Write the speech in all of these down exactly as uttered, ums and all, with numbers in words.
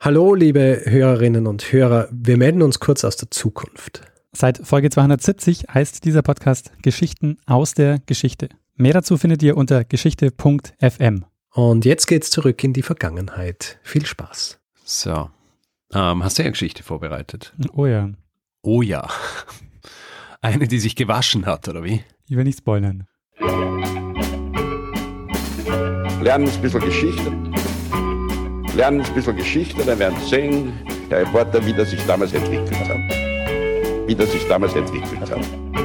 Hallo, liebe Hörerinnen und Hörer, wir melden uns kurz aus der Zukunft. Seit Folge zweihundertsiebzig heißt dieser Podcast Geschichten aus der Geschichte. Mehr dazu findet ihr unter geschichte punkt f m. Und jetzt geht's zurück in die Vergangenheit. Viel Spaß. So, ähm, hast du eine Geschichte vorbereitet? Oh ja. Oh ja. Eine, die sich gewaschen hat, oder wie? Ich will nicht spoilern. Lernen ein bisschen Geschichte. Lernen ein bisschen Geschichte, dann werden Sie sehen, Herr Reporter, wie das sich damals entwickelt hat. Wie das sich damals entwickelt hat.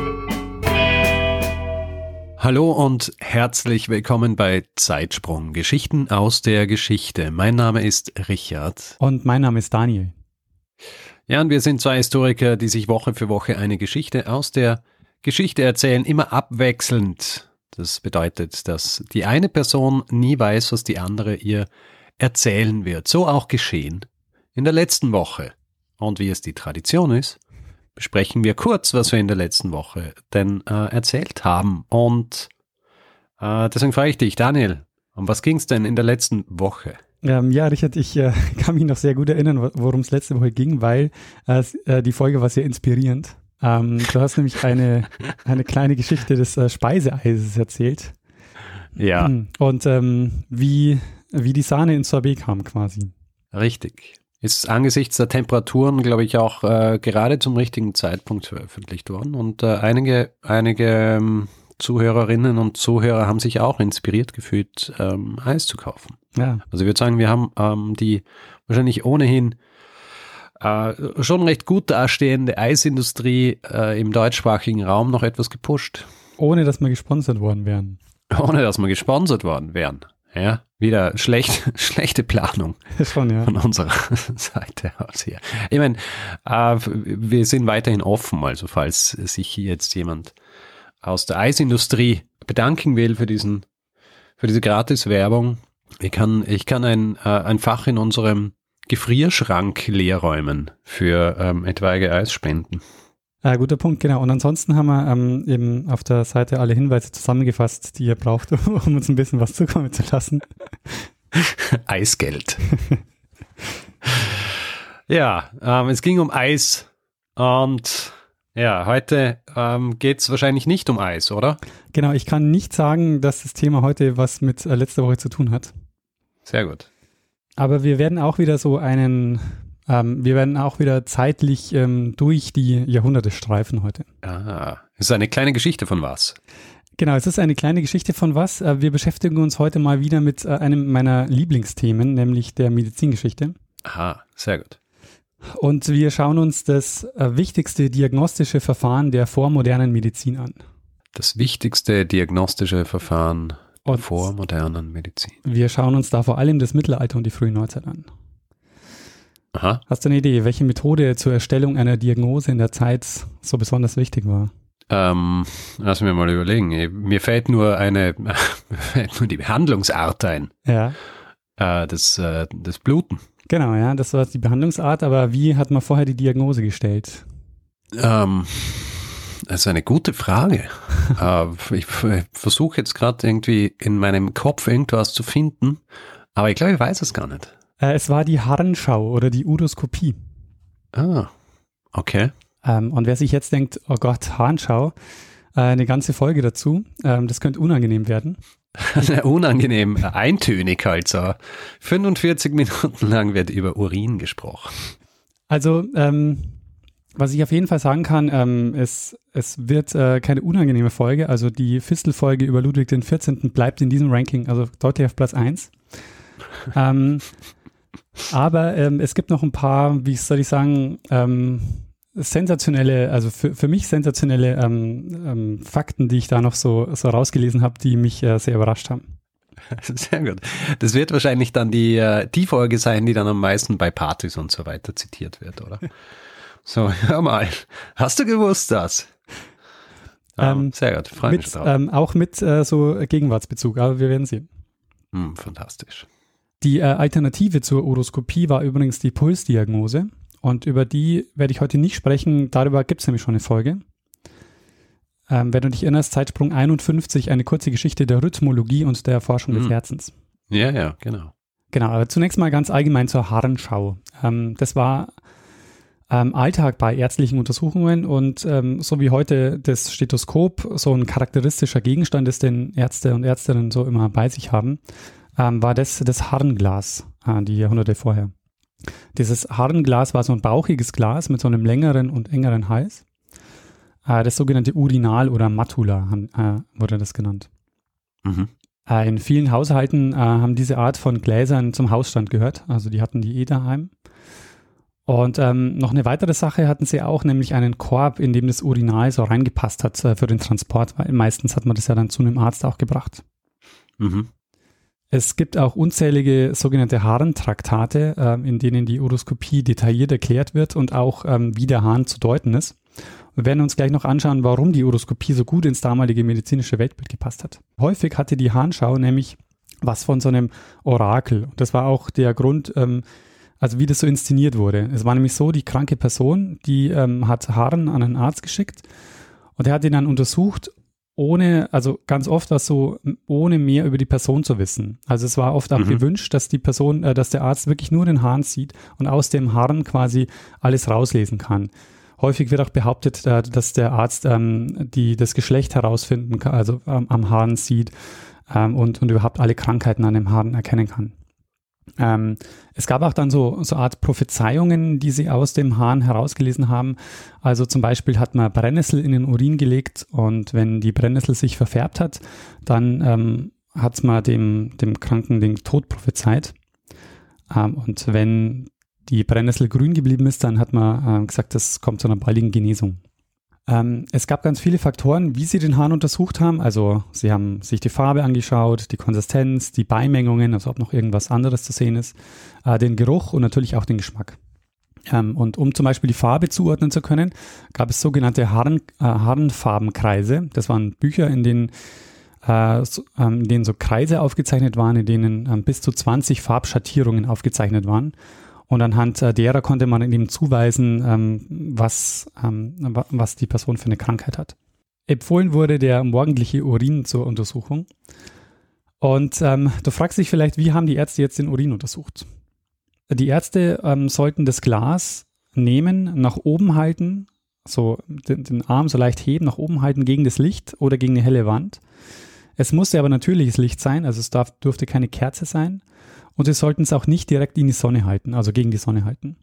Hallo und herzlich willkommen bei Zeitsprung, Geschichten aus der Geschichte. Mein Name ist Richard. Und mein Name ist Daniel. Ja, und wir sind zwei Historiker, die sich Woche für Woche eine Geschichte aus der Geschichte erzählen, immer abwechselnd. Das bedeutet, dass die eine Person nie weiß, was die andere ihr erzählen wird. So auch geschehen in der letzten Woche. Und wie es die Tradition ist, besprechen wir kurz, was wir in der letzten Woche denn äh, erzählt haben. Und äh, deswegen frage ich dich, Daniel, um was ging es denn in der letzten Woche? Ähm, ja, Richard, ich äh, kann mich noch sehr gut erinnern, worum es letzte Woche ging, weil äh, die Folge war sehr inspirierend. Ähm, du hast nämlich eine, eine kleine Geschichte des äh, Speiseeises erzählt. Ja. Und ähm, wie, wie die Sahne ins Sorbet kam quasi. Richtig. Ist angesichts der Temperaturen, glaube ich, auch äh, gerade zum richtigen Zeitpunkt veröffentlicht worden. Und äh, einige, einige ähm, Zuhörerinnen und Zuhörer haben sich auch inspiriert gefühlt, ähm, Eis zu kaufen. Ja. Also ich würde sagen, wir haben ähm, die wahrscheinlich ohnehin äh, schon recht gut dastehende Eisindustrie äh, im deutschsprachigen Raum noch etwas gepusht. Ohne, dass wir gesponsert worden wären. Ohne, dass wir gesponsert worden wären. Ja, wieder schlecht, schlechte Planung Schon, ja. von unserer Seite aus hier. Ich meine, äh, wir sind weiterhin offen, also falls sich hier jetzt jemand aus der Eisindustrie bedanken will für diesen, für diese Gratis-Werbung. Ich kann, ich kann ein, äh, ein Fach in unserem Gefrierschrank leer räumen für ähm, etwaige Eisspenden. Ah, guter Punkt, genau. Und ansonsten haben wir ähm, eben auf der Seite alle Hinweise zusammengefasst, die ihr braucht, um uns ein bisschen was zukommen zu lassen. Eisgeld. Ja, ähm, es ging um Eis und ja, heute ähm, geht es wahrscheinlich nicht um Eis, oder? Genau, ich kann nicht sagen, dass das Thema heute was mit äh, letzter Woche zu tun hat. Sehr gut. Aber wir werden auch wieder so einen, ähm, wir werden auch wieder zeitlich ähm, durch die Jahrhunderte streifen heute. Ah, ist eine kleine Geschichte von was? Genau, es ist eine kleine Geschichte von was. Äh, wir beschäftigen uns heute mal wieder mit äh, einem meiner Lieblingsthemen, nämlich der Medizingeschichte. Aha, sehr gut. Und wir schauen uns das äh, wichtigste diagnostische Verfahren der vormodernen Medizin an. Das wichtigste diagnostische Verfahren der Und vormodernen Medizin. wir schauen uns da vor allem das Mittelalter und die frühe Neuzeit an. Aha. Hast du eine Idee, welche Methode zur Erstellung einer Diagnose in der Zeit so besonders wichtig war? Ähm, lass mir mal überlegen. Mir fällt nur eine, mir fällt nur die Behandlungsart ein. Ja. Äh, das, äh, das Bluten. Genau, ja, das war die Behandlungsart, aber wie hat man vorher die Diagnose gestellt? Ähm, das ist eine gute Frage. äh, ich ich versuche jetzt gerade irgendwie in meinem Kopf irgendwas zu finden, aber ich glaube, ich weiß es gar nicht. Äh, es war die Harnschau oder die Uroskopie. Ah, okay. Ähm, und wer sich jetzt denkt, oh Gott, Harnschau, äh, eine ganze Folge dazu, ähm, das könnte unangenehm werden. Unangenehm, eintönig halt so. fünfundvierzig Minuten lang wird über Urin gesprochen. Also, ähm, was ich auf jeden Fall sagen kann, ähm, es, es wird äh, keine unangenehme Folge. Also die Fistelfolge über Ludwig den vierzehnten bleibt in diesem Ranking, also deutlich auf Platz eins. ähm, aber ähm, es gibt noch ein paar, wie soll ich sagen, ähm, sensationelle, also für, für mich sensationelle ähm, ähm, Fakten, die ich da noch so, so rausgelesen habe, die mich äh, sehr überrascht haben. Sehr gut. Das wird wahrscheinlich dann die, äh, die Folge sein, die dann am meisten bei Partys und so weiter zitiert wird, oder? So, hör mal. Hast du gewusst das? Ähm, ähm, sehr gut, freue mich drauf. Ähm, auch mit äh, so Gegenwartsbezug, aber wir werden sehen. Hm, fantastisch. Die äh, Alternative zur Uroskopie war übrigens die Pulsdiagnose. Und über die werde ich heute nicht sprechen, darüber gibt es nämlich schon eine Folge. Ähm, wenn du dich erinnerst, Zeitsprung einundfünfzig, eine kurze Geschichte der Rhythmologie und der Erforschung mhm. des Herzens. Ja, ja, genau. Genau, aber zunächst mal ganz allgemein zur Harnschau. Ähm, das war ähm, Alltag bei ärztlichen Untersuchungen und ähm, so wie heute das Stethoskop so ein charakteristischer Gegenstand ist, den Ärzte und Ärztinnen so immer bei sich haben, ähm, war das das Harnglas, äh, die Jahrhunderte vorher. Dieses Harnglas war so ein bauchiges Glas mit so einem längeren und engeren Hals. Äh, das sogenannte Urinal oder Matula äh, wurde das genannt. Mhm. Äh, in vielen Haushalten äh, haben diese Art von Gläsern zum Hausstand gehört. Also die hatten die eh daheim. Und ähm, noch eine weitere Sache hatten sie auch, nämlich einen Korb, in dem das Urinal so reingepasst hat äh, für den Transport, weil meistens hat man das ja dann zu einem Arzt auch gebracht. Mhm. Es gibt auch unzählige sogenannte Harntraktate, äh, in denen die Uroskopie detailliert erklärt wird und auch ähm, wie der Harn zu deuten ist. Wir werden uns gleich noch anschauen, warum die Uroskopie so gut ins damalige medizinische Weltbild gepasst hat. Häufig hatte die Harnschau nämlich was von so einem Orakel. Und das war auch der Grund, ähm, also wie das so inszeniert wurde. Es war nämlich so, die kranke Person, die ähm, hat Harn an einen Arzt geschickt und der hat ihn dann untersucht, ohne, also ganz oft war es so, ohne mehr über die Person zu wissen. Also es war oft auch mhm. gewünscht, dass die Person, äh, dass der Arzt wirklich nur den Harn sieht und aus dem Harn quasi alles rauslesen kann. Häufig wird auch behauptet, äh, dass der Arzt ähm, die, das Geschlecht herausfinden kann, also ähm, am Harn sieht ähm, und, und überhaupt alle Krankheiten an dem Harn erkennen kann. Ähm, es gab auch dann so, so Art Prophezeiungen, die sie aus dem Harn herausgelesen haben. Also zum Beispiel hat man Brennnessel in den Urin gelegt und wenn die Brennnessel sich verfärbt hat, dann ähm, hat man dem, dem Kranken den Tod prophezeit. Ähm, und wenn die Brennnessel grün geblieben ist, dann hat man äh, gesagt, das kommt zu einer baldigen Genesung. Ähm, es gab ganz viele Faktoren, wie sie den Harn untersucht haben. Also sie haben sich die Farbe angeschaut, die Konsistenz, die Beimengungen, also ob noch irgendwas anderes zu sehen ist, äh, den Geruch und natürlich auch den Geschmack. Ähm, und um zum Beispiel die Farbe zuordnen zu können, gab es sogenannte Harn, äh, Harnfarbenkreise. Das waren Bücher, in denen, äh, so, ähm, in denen so Kreise aufgezeichnet waren, in denen ähm, bis zu zwanzig Farbschattierungen aufgezeichnet waren. Und anhand äh, derer konnte man ihm zuweisen, ähm, was, ähm, was die Person für eine Krankheit hat. Empfohlen wurde der morgendliche Urin zur Untersuchung. Und ähm, du fragst dich vielleicht, wie haben die Ärzte jetzt den Urin untersucht? Die Ärzte ähm, sollten das Glas nehmen, nach oben halten, so den, den Arm so leicht heben, nach oben halten gegen das Licht oder gegen eine helle Wand. Es musste aber natürliches Licht sein, also es darf, durfte keine Kerze sein. Und sie sollten es auch nicht direkt in die Sonne halten, also gegen die Sonne halten.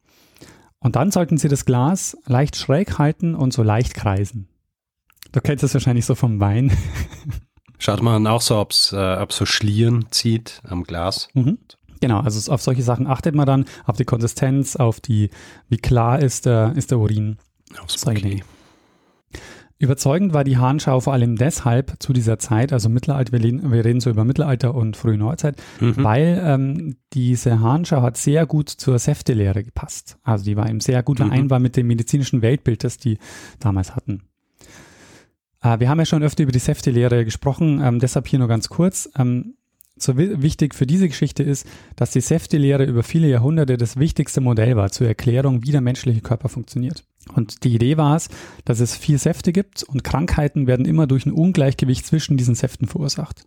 Und dann sollten sie das Glas leicht schräg halten und so leicht kreisen. Du kennst das wahrscheinlich so vom Wein. Schaut man auch so, ob es äh, so Schlieren zieht am Glas. Mhm. Genau, also auf solche Sachen achtet man dann, auf die Konsistenz, auf die, wie klar ist der, ist der Urin. Aufs okay. Überzeugend war die Harnschau vor allem deshalb zu dieser Zeit, also Mittelalter, wir reden, wir reden so über Mittelalter und frühe Neuzeit, mhm. weil ähm, diese Harnschau hat sehr gut zur Säftelehre gepasst. Also die war eben sehr gut vereinbar mhm. mit dem medizinischen Weltbild, das die damals hatten. Äh, wir haben ja schon öfter über die Säftelehre gesprochen, ähm, deshalb hier nur ganz kurz. Ähm, so w- wichtig für diese Geschichte ist, dass die Säftelehre über viele Jahrhunderte das wichtigste Modell war zur Erklärung, wie der menschliche Körper funktioniert. Und die Idee war es, dass es vier Säfte gibt und Krankheiten werden immer durch ein Ungleichgewicht zwischen diesen Säften verursacht.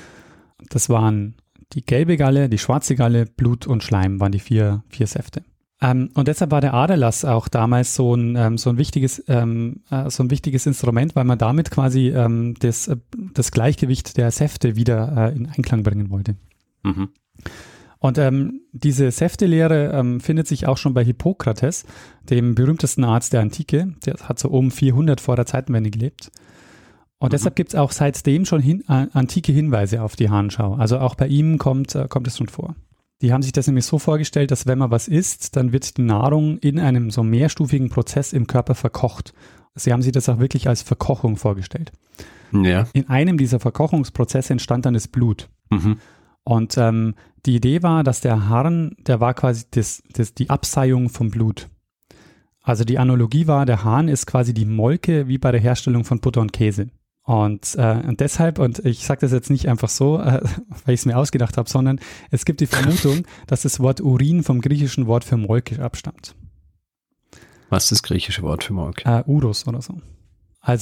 Das waren die gelbe Galle, die schwarze Galle, Blut und Schleim waren die vier, vier Säfte. Ähm, und deshalb war der Aderlass auch damals so ein, ähm, so ein wichtiges, ähm, äh, so ein wichtiges Instrument, weil man damit quasi ähm, das, äh, das Gleichgewicht der Säfte wieder äh, in Einklang bringen wollte. Mhm. Und ähm, diese Säftelehre ähm, findet sich auch schon bei Hippokrates, dem berühmtesten Arzt der Antike. Der hat so um vierhundert vor der Zeitenwende gelebt. Und mhm. deshalb gibt es auch seitdem schon hin, äh, antike Hinweise auf die Harnschau. Also auch bei ihm kommt, äh, kommt es schon vor. Die haben sich das nämlich so vorgestellt, dass wenn man was isst, dann wird die Nahrung in einem so mehrstufigen Prozess im Körper verkocht. Sie haben sich das auch wirklich als Verkochung vorgestellt. Ja. In einem dieser Verkochungsprozesse entstand dann das Blut. Mhm. Und ähm, die Idee war, dass der Harn, der war quasi das, das, die Abseiung vom Blut. Also die Analogie war, der Harn ist quasi die Molke wie bei der Herstellung von Butter und Käse. Und, äh, und deshalb, und ich sage das jetzt nicht einfach so, äh, weil ich es mir ausgedacht habe, sondern es gibt die Vermutung, dass das Wort Urin vom griechischen Wort für Molke abstammt. Was ist das griechische Wort für Molke? Äh, Uros oder so. Also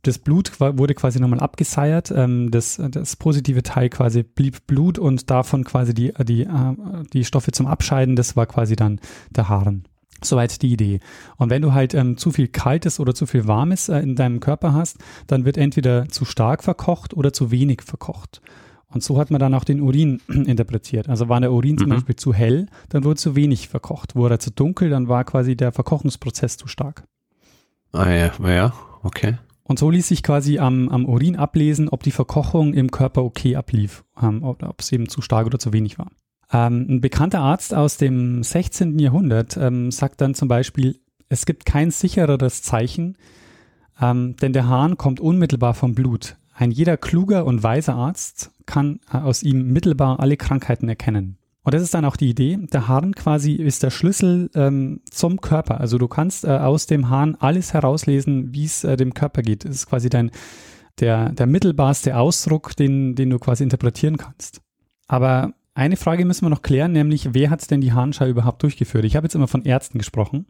Das Blut wurde quasi nochmal abgeseiert, ähm, das, das positive Teil quasi blieb Blut und davon quasi die, die, äh, die Stoffe zum Abscheiden, das war quasi dann der Harn. Soweit die Idee. Und wenn du halt ähm, zu viel Kaltes oder zu viel Warmes äh, in deinem Körper hast, dann wird entweder zu stark verkocht oder zu wenig verkocht. Und so hat man dann auch den Urin interpretiert. Also war der Urin mhm. zum Beispiel zu hell, dann wurde zu wenig verkocht. Wurde er zu dunkel, dann war quasi der Verkochungsprozess zu stark. Ah ja, ja, okay. Und so ließ sich quasi am, am Urin ablesen, ob die Verkochung im Körper okay ablief, ähm, oder ob es eben zu stark oder zu wenig war. Ähm, ein bekannter Arzt aus dem sechzehnten Jahrhundert ähm, sagt dann zum Beispiel, es gibt kein sichereres Zeichen, ähm, denn der Harn kommt unmittelbar vom Blut. Ein jeder kluger und weiser Arzt kann äh, aus ihm mittelbar alle Krankheiten erkennen. Und das ist dann auch die Idee, der Harn quasi ist der Schlüssel ähm, zum Körper. Also du kannst äh, aus dem Harn alles herauslesen, wie es äh, dem Körper geht. Das ist quasi dein, der, der mittelbarste Ausdruck, den, den du quasi interpretieren kannst. Aber eine Frage müssen wir noch klären, nämlich wer hat denn die Harnschau überhaupt durchgeführt? Ich habe jetzt immer von Ärzten gesprochen.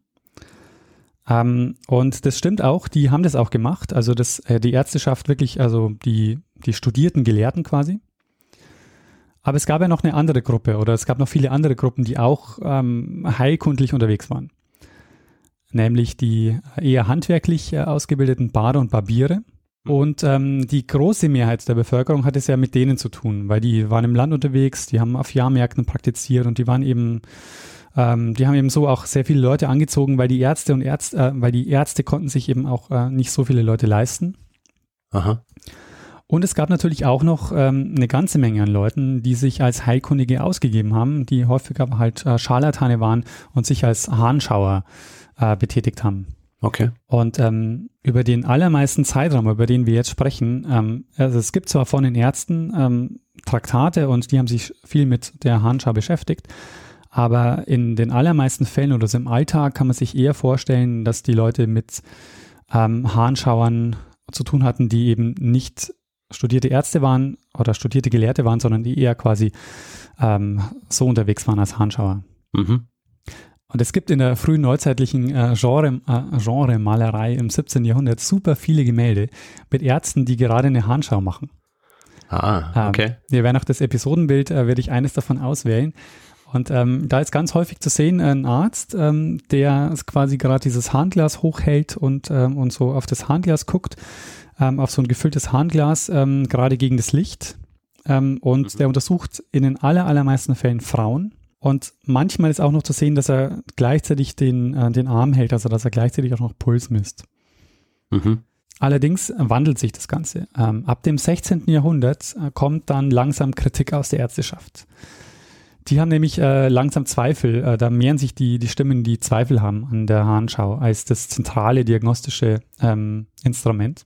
Ähm, und das stimmt auch, die haben das auch gemacht. Also das, äh, die Ärzteschaft wirklich, also die, die studierten Gelehrten quasi. Aber es gab ja noch eine andere Gruppe oder es gab noch viele andere Gruppen, die auch ähm, heilkundlich unterwegs waren. Nämlich die eher handwerklich äh, ausgebildeten Bader und Barbiere. Und ähm, die große Mehrheit der Bevölkerung hat es ja mit denen zu tun, weil die waren im Land unterwegs, die haben auf Jahrmärkten praktiziert und die waren eben, ähm, die haben eben so auch sehr viele Leute angezogen, weil die Ärzte und Ärzte, äh, weil die Ärzte konnten sich eben auch äh, nicht so viele Leute leisten. Aha. Und es gab natürlich auch noch ähm, eine ganze Menge an Leuten, die sich als Heilkundige ausgegeben haben, die häufig aber halt äh, Scharlatane waren und sich als Harnschauer äh, betätigt haben. Okay. Und ähm, über den allermeisten Zeitraum, über den wir jetzt sprechen, ähm, also es gibt zwar von den Ärzten ähm, Traktate und die haben sich viel mit der Harnschau beschäftigt, aber in den allermeisten Fällen oder so im Alltag kann man sich eher vorstellen, dass die Leute mit ähm, Harnschauern zu tun hatten, die eben nicht studierte Ärzte waren oder studierte Gelehrte waren, sondern die eher quasi ähm, so unterwegs waren als Harnschauer. Mhm. Und es gibt in der frühen neuzeitlichen äh, Genre, äh, Genre-Malerei im siebzehnten Jahrhundert super viele Gemälde mit Ärzten, die gerade eine Harnschau machen. Ah, okay. Ähm, wir werden auch das Episodenbild, äh, werde ich eines davon auswählen. Und ähm, da ist ganz häufig zu sehen ein Arzt, ähm, der quasi gerade dieses Harnglas hochhält und, ähm, und so auf das Harnglas guckt, ähm, auf so ein gefülltes Harnglas, ähm, gerade gegen das Licht. Ähm, und mhm. der untersucht in den aller, allermeisten Fällen Frauen. Und manchmal ist auch noch zu sehen, dass er gleichzeitig den, äh, den Arm hält, also dass er gleichzeitig auch noch Puls misst. Mhm. Allerdings wandelt sich das Ganze. Ähm, ab dem sechzehnten Jahrhundert äh, kommt dann langsam Kritik aus der Ärzteschaft. Die haben nämlich äh, langsam Zweifel, äh, da mehren sich die, die Stimmen, die Zweifel haben an der Harnschau als das zentrale diagnostische ähm, Instrument.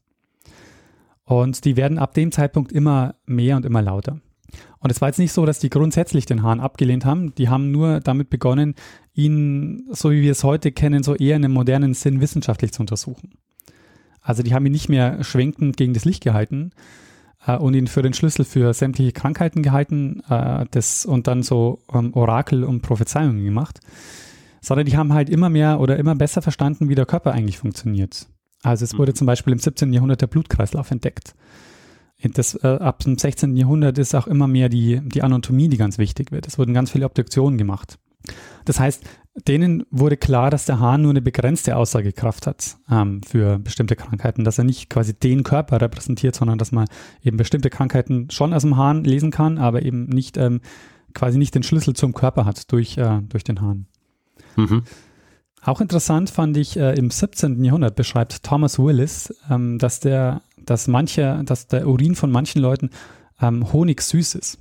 Und die werden ab dem Zeitpunkt immer mehr und immer lauter. Und es war jetzt nicht so, dass die grundsätzlich den Hahn abgelehnt haben. Die haben nur damit begonnen, ihn, so wie wir es heute kennen, so eher in einem modernen Sinn wissenschaftlich zu untersuchen. Also die haben ihn nicht mehr schwenkend gegen das Licht gehalten äh, und ihn für den Schlüssel für sämtliche Krankheiten gehalten äh, das, und dann so ähm, Orakel und Prophezeiungen gemacht, sondern die haben halt immer mehr oder immer besser verstanden, wie der Körper eigentlich funktioniert. Also es wurde zum Beispiel im siebzehnten Jahrhundert der Blutkreislauf entdeckt. Das, äh, ab dem sechzehnten Jahrhundert ist auch immer mehr die, die Anatomie, die ganz wichtig wird. Es wurden ganz viele Obduktionen gemacht. Das heißt, denen wurde klar, dass der Hahn nur eine begrenzte Aussagekraft hat ähm, für bestimmte Krankheiten, dass er nicht quasi den Körper repräsentiert, sondern dass man eben bestimmte Krankheiten schon aus dem Hahn lesen kann, aber eben nicht ähm, quasi nicht den Schlüssel zum Körper hat durch, äh, durch den Hahn. Mhm. Auch interessant fand ich, äh, im siebzehnten Jahrhundert beschreibt Thomas Willis, ähm, dass der, dass manche, dass der Urin von manchen Leuten ähm, honigsüß ist.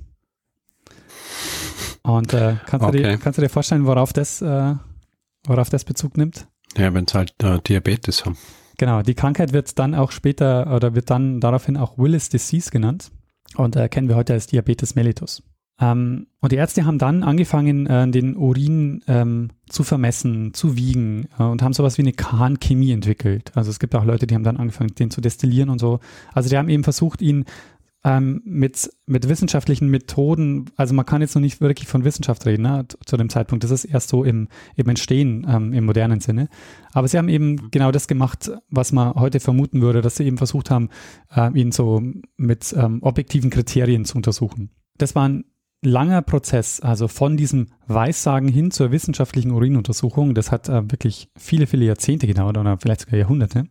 Und äh, kannst, okay. du dir, kannst du dir vorstellen, worauf das, äh, worauf das Bezug nimmt? Ja, wenn sie halt äh, Diabetes haben. Genau, die Krankheit wird dann auch später oder wird dann daraufhin auch Willis Disease genannt und äh, kennen wir heute als Diabetes mellitus. Ähm, und die Ärzte haben dann angefangen, äh, den Urin ähm, zu vermessen, zu wiegen äh, und haben sowas wie eine Harnchemie entwickelt. Also es gibt auch Leute, die haben dann angefangen, den zu destillieren und so. Also die haben eben versucht, ihn ähm, mit, mit wissenschaftlichen Methoden, also man kann jetzt noch nicht wirklich von Wissenschaft reden, ne, zu dem Zeitpunkt. Das ist erst so im, im Entstehen, ähm, im modernen Sinne. Aber sie haben eben genau das gemacht, was man heute vermuten würde, dass sie eben versucht haben, äh, ihn so mit ähm, objektiven Kriterien zu untersuchen. Das war ein langer Prozess, also von diesem Weissagen hin zur wissenschaftlichen Urinuntersuchung. Das hat äh, wirklich viele, viele Jahrzehnte gedauert oder vielleicht sogar Jahrhunderte.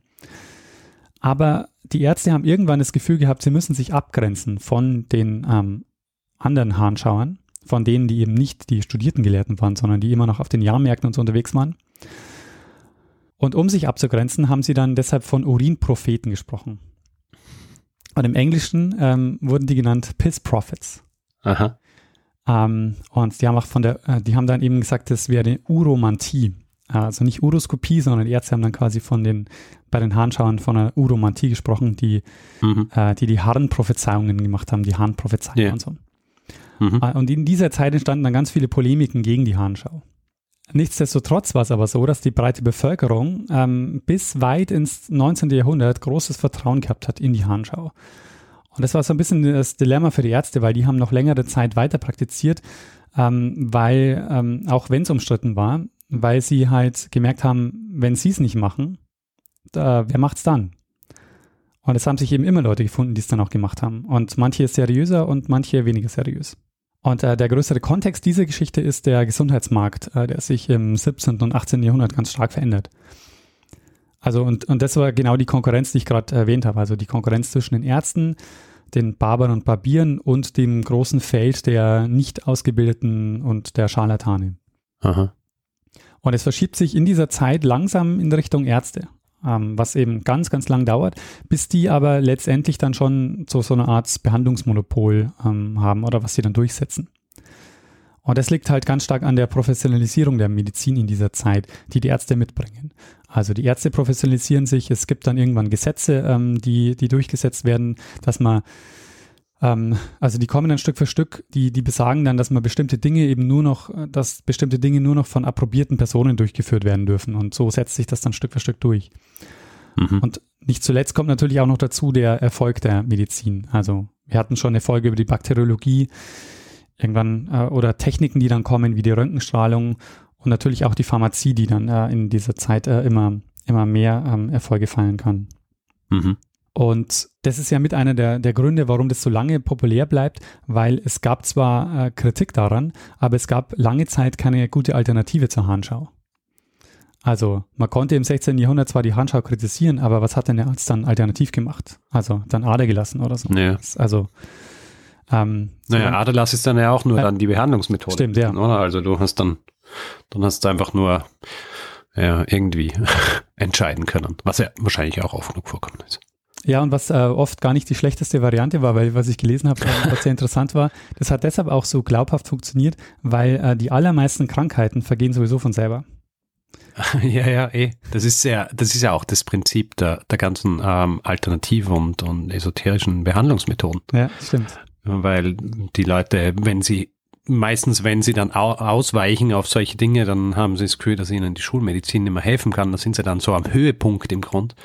Aber die Ärzte haben irgendwann das Gefühl gehabt, sie müssen sich abgrenzen von den ähm, anderen Harnschauern, von denen, die eben nicht die studierten Gelehrten waren, sondern die immer noch auf den Jahrmärkten und so unterwegs waren. Und um sich abzugrenzen, haben sie dann deshalb von Urinpropheten gesprochen. Und im Englischen ähm, wurden die genannt Piss Prophets. Aha. Ähm, und die haben auch von der, äh, die haben dann eben gesagt, das wäre eine Uromantie. Also nicht Uroskopie, sondern die Ärzte haben dann quasi von den, bei den Harnschauern von einer Uromantie gesprochen, die mhm. äh, die, die Harnprophezeiungen gemacht haben, die Harnprophezeiungen yeah. und so. Mhm. Äh, und in dieser Zeit entstanden dann ganz viele Polemiken gegen die Harnschau. Nichtsdestotrotz war es aber so, dass die breite Bevölkerung ähm, bis weit ins neunzehnten Jahrhundert großes Vertrauen gehabt hat in die Harnschau. Und das war so ein bisschen das Dilemma für die Ärzte, weil die haben noch längere Zeit weiter praktiziert, ähm, weil, ähm, auch wenn es umstritten war, weil sie halt gemerkt haben, wenn sie es nicht machen, da, wer macht's dann? Und es haben sich eben immer Leute gefunden, die es dann auch gemacht haben. Und manche seriöser und manche weniger seriös. Und äh, der größere Kontext dieser Geschichte ist der Gesundheitsmarkt, äh, der sich im siebzehnten und achtzehnten Jahrhundert ganz stark verändert. Also und, und das war genau die Konkurrenz, die ich gerade erwähnt habe. Also die Konkurrenz zwischen den Ärzten, den Barbern und Barbieren und dem großen Feld der nicht Ausgebildeten und der Scharlatane. Aha. Und es verschiebt sich in dieser Zeit langsam in Richtung Ärzte, ähm, was eben ganz, ganz lang dauert, bis die aber letztendlich dann schon so, so eine Art Behandlungsmonopol ähm, haben oder was sie dann durchsetzen. Und das liegt halt ganz stark an der Professionalisierung der Medizin in dieser Zeit, die die Ärzte mitbringen. Also die Ärzte professionalisieren sich, es gibt dann irgendwann Gesetze, ähm, die, die durchgesetzt werden, dass man Ähm, also die kommen dann Stück für Stück, die, die besagen dann, dass man bestimmte Dinge eben nur noch, dass bestimmte Dinge nur noch von approbierten Personen durchgeführt werden dürfen und so setzt sich das dann Stück für Stück durch. Mhm. Und nicht zuletzt kommt natürlich auch noch dazu der Erfolg der Medizin. Also wir hatten schon eine Folge über die Bakteriologie, irgendwann äh, oder Techniken, die dann kommen, wie die Röntgenstrahlung und natürlich auch die Pharmazie, die dann äh, in dieser Zeit äh, immer, immer mehr ähm, Erfolge feiern kann. Mhm. Und das ist ja mit einer der, der Gründe, warum das so lange populär bleibt, weil es gab zwar äh, Kritik daran, aber es gab lange Zeit keine gute Alternative zur Harnschau. Also man konnte im sechzehnten Jahrhundert zwar die Harnschau kritisieren, aber was hat denn der Arzt dann alternativ gemacht? Also dann Ader gelassen oder so. Ja. Also ähm, naja, so Aderlass ist dann ja auch nur äh, dann die Behandlungsmethode. Stimmt, ja. Oder? Also du hast dann, dann hast du einfach nur ja, irgendwie entscheiden können, was ja wahrscheinlich auch oft genug vorkommt ist. Ja, und was äh, oft gar nicht die schlechteste Variante war, weil was ich gelesen habe, was sehr interessant war, das hat deshalb auch so glaubhaft funktioniert, weil äh, die allermeisten Krankheiten vergehen sowieso von selber. Ja, ja, eh. Das ist ja, das ist ja auch das Prinzip der, der ganzen ähm, alternativen und, und esoterischen Behandlungsmethoden. Ja, stimmt. Weil die Leute, wenn sie, meistens wenn sie dann au- ausweichen auf solche Dinge, dann haben sie das Gefühl, dass ihnen die Schulmedizin nicht mehr helfen kann. Da sind sie dann so am Höhepunkt im Grund.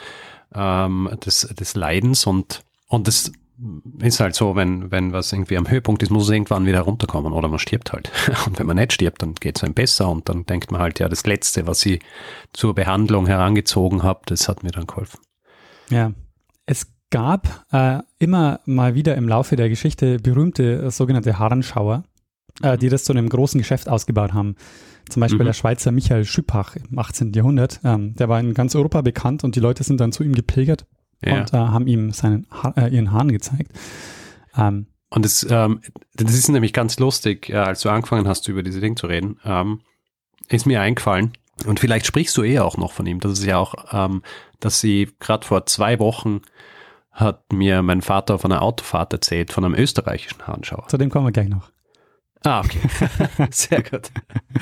Des, des Leidens und, und das ist halt so, wenn, wenn was irgendwie am Höhepunkt ist, muss es irgendwann wieder runterkommen oder man stirbt halt. Und wenn man nicht stirbt, dann geht es einem besser und dann denkt man halt, ja, das Letzte, was ich zur Behandlung herangezogen habe, das hat mir dann geholfen. Ja, es gab äh, immer mal wieder im Laufe der Geschichte berühmte äh, sogenannte Harnschauer, äh, die das zu einem großen Geschäft ausgebaut haben. Zum Beispiel mhm. der Schweizer Michael Schüppach im achtzehnten Jahrhundert. Ähm, der war in ganz Europa bekannt und die Leute sind dann zu ihm gepilgert ja. und äh, haben ihm seinen ha- äh, ihren Hahn gezeigt. Ähm, und das, ähm, das ist nämlich ganz lustig, äh, als du angefangen hast, über diese Dinge zu reden, ähm, ist mir eingefallen, und vielleicht sprichst du eh auch noch von ihm, das ist ja auch, ähm, dass sie gerade vor zwei Wochen hat mir mein Vater auf einer Autofahrt erzählt von einem österreichischen Harnschauer. Zu dem kommen wir gleich noch. Ah, okay. Sehr gut.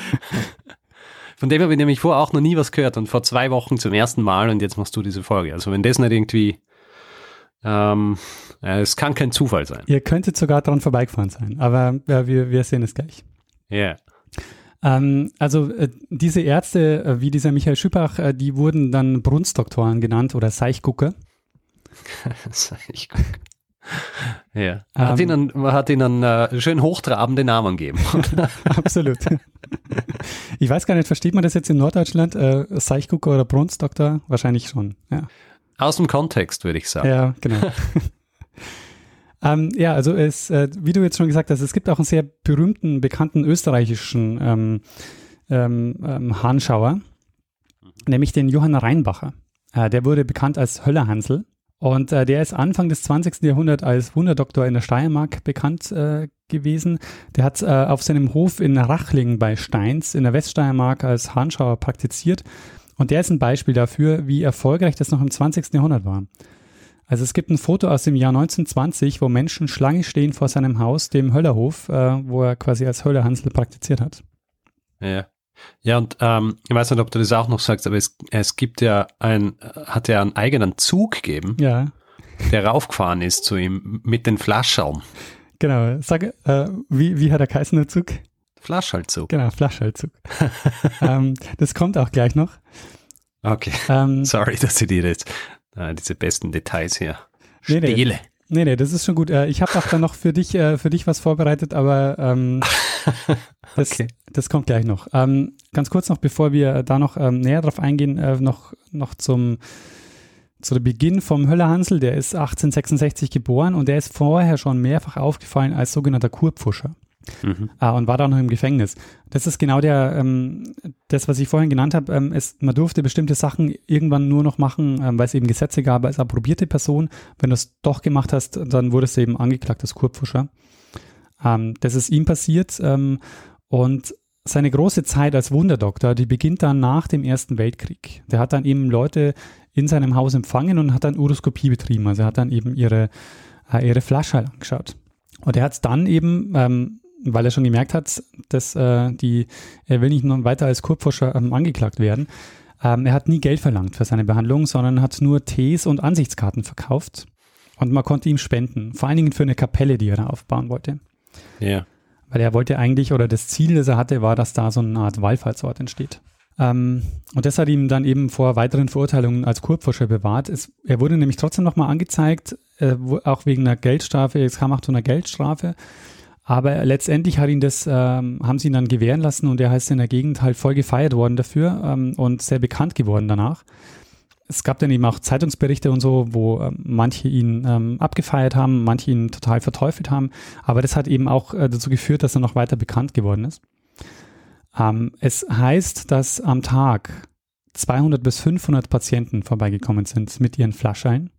Von dem habe ich nämlich vorher auch noch nie was gehört und vor zwei Wochen zum ersten Mal und jetzt machst du diese Folge. Also wenn das nicht irgendwie, ähm, es kann kein Zufall sein. Ihr könntet sogar dran vorbeigefahren sein, aber ja, wir, wir sehen es gleich. Ja. Yeah. Ähm, also äh, diese Ärzte, äh, wie dieser Michael Schüppach, äh, die wurden dann Brunstdoktoren genannt oder Seichgucker. Seichgucker. Ja. Man hat Ähm, ihnen, man hat ihnen äh, schön hochtrabende Namen gegeben. Absolut. Ich weiß gar nicht, versteht man das jetzt in Norddeutschland? Äh, Seichgucker oder Brunsdoktor? Wahrscheinlich schon, ja. Aus dem Kontext, würde ich sagen. Ja, genau. ähm, ja, also es, äh, wie du jetzt schon gesagt hast, es gibt auch einen sehr berühmten, bekannten österreichischen ähm, ähm, ähm, Hahnschauer, mhm. nämlich den Johann Reinbacher. Äh, der wurde bekannt als Höllerhansl. Und äh, der ist Anfang des zwanzigsten Jahrhunderts als Wunderdoktor in der Steiermark bekannt äh, gewesen. Der hat äh, auf seinem Hof in Rachling bei Steins in der Weststeiermark als Hahnschauer praktiziert. Und der ist ein Beispiel dafür, wie erfolgreich das noch im zwanzigsten Jahrhundert war. Also es gibt ein Foto aus dem Jahr neunzehnhundertzwanzig, wo Menschen Schlange stehen vor seinem Haus, dem Höllerhof, äh, wo er quasi als Höllerhansl praktiziert hat. Ja. Ja, und ähm, ich weiß nicht, ob du das auch noch sagst, aber es, es gibt ja ein, hat ja einen eigenen Zug gegeben, Ja, der raufgefahren ist zu ihm mit den Flaschern. genau. Sag, äh, wie, wie hat der geheißen, der Zug? Flascherlzug. Genau, Flaschallzug. ähm, das kommt auch gleich noch. Okay. Ähm, Sorry, dass ich dir jetzt äh, diese besten Details hier Nee, nee. stehle. Nee, nee, das ist schon gut. Äh, Ich habe auch dann noch für dich, äh, für dich was vorbereitet, aber ähm, das, Okay. das kommt gleich noch. Ähm, ganz kurz noch, bevor wir da noch ähm, näher drauf eingehen, äh, noch, noch zum, zu dem Beginn vom Höllerhansl. Der ist achtzehnhundertsechsundsechzig geboren und der ist vorher schon mehrfach aufgefallen als sogenannter Kurpfuscher. Mhm. Ah, und war da noch im Gefängnis. Das ist genau der, ähm, das, was ich vorhin genannt habe, ähm, ist, man durfte bestimmte Sachen irgendwann nur noch machen, ähm, weil es eben Gesetze gab als approbierte Person. Wenn du es doch gemacht hast, dann wurdest du eben angeklagt als Kurpfuscher. Ähm, das ist ihm passiert ähm, und seine große Zeit als Wunderdoktor, die beginnt dann nach dem Ersten Weltkrieg. Der hat dann eben Leute in seinem Haus empfangen und hat dann Uroskopie betrieben. Also er hat dann eben ihre, äh, ihre Flaschall angeschaut. Und er hat es dann eben, ähm, weil er schon gemerkt hat, dass äh, die, er will nicht nur weiter als Kurpfuscher ähm, angeklagt werden. Ähm, er hat nie Geld verlangt für seine Behandlung, sondern hat nur Tees und Ansichtskarten verkauft. Und man konnte ihm spenden, vor allen Dingen für eine Kapelle, die er da aufbauen wollte. Ja. Weil er wollte eigentlich, oder das Ziel, das er hatte, war, dass da so eine Art Wallfahrtsort entsteht. Ähm, und das hat ihm dann eben vor weiteren Verurteilungen als Kurpfuscher bewahrt. Es, er wurde nämlich trotzdem nochmal angezeigt, äh, wo, auch wegen einer Geldstrafe, es kam auch zu einer Geldstrafe. Aber letztendlich hat ihn das, ähm, haben sie ihn dann gewähren lassen und er ist in der Gegend halt voll gefeiert worden dafür ähm, und sehr bekannt geworden danach. Es gab dann eben auch Zeitungsberichte und so, wo ähm, manche ihn ähm, abgefeiert haben, manche ihn total verteufelt haben. Aber das hat eben auch äh, dazu geführt, dass er noch weiter bekannt geworden ist. Ähm, es heißt, dass am Tag zweihundert bis fünfhundert Patienten vorbeigekommen sind mit ihren Flaschallen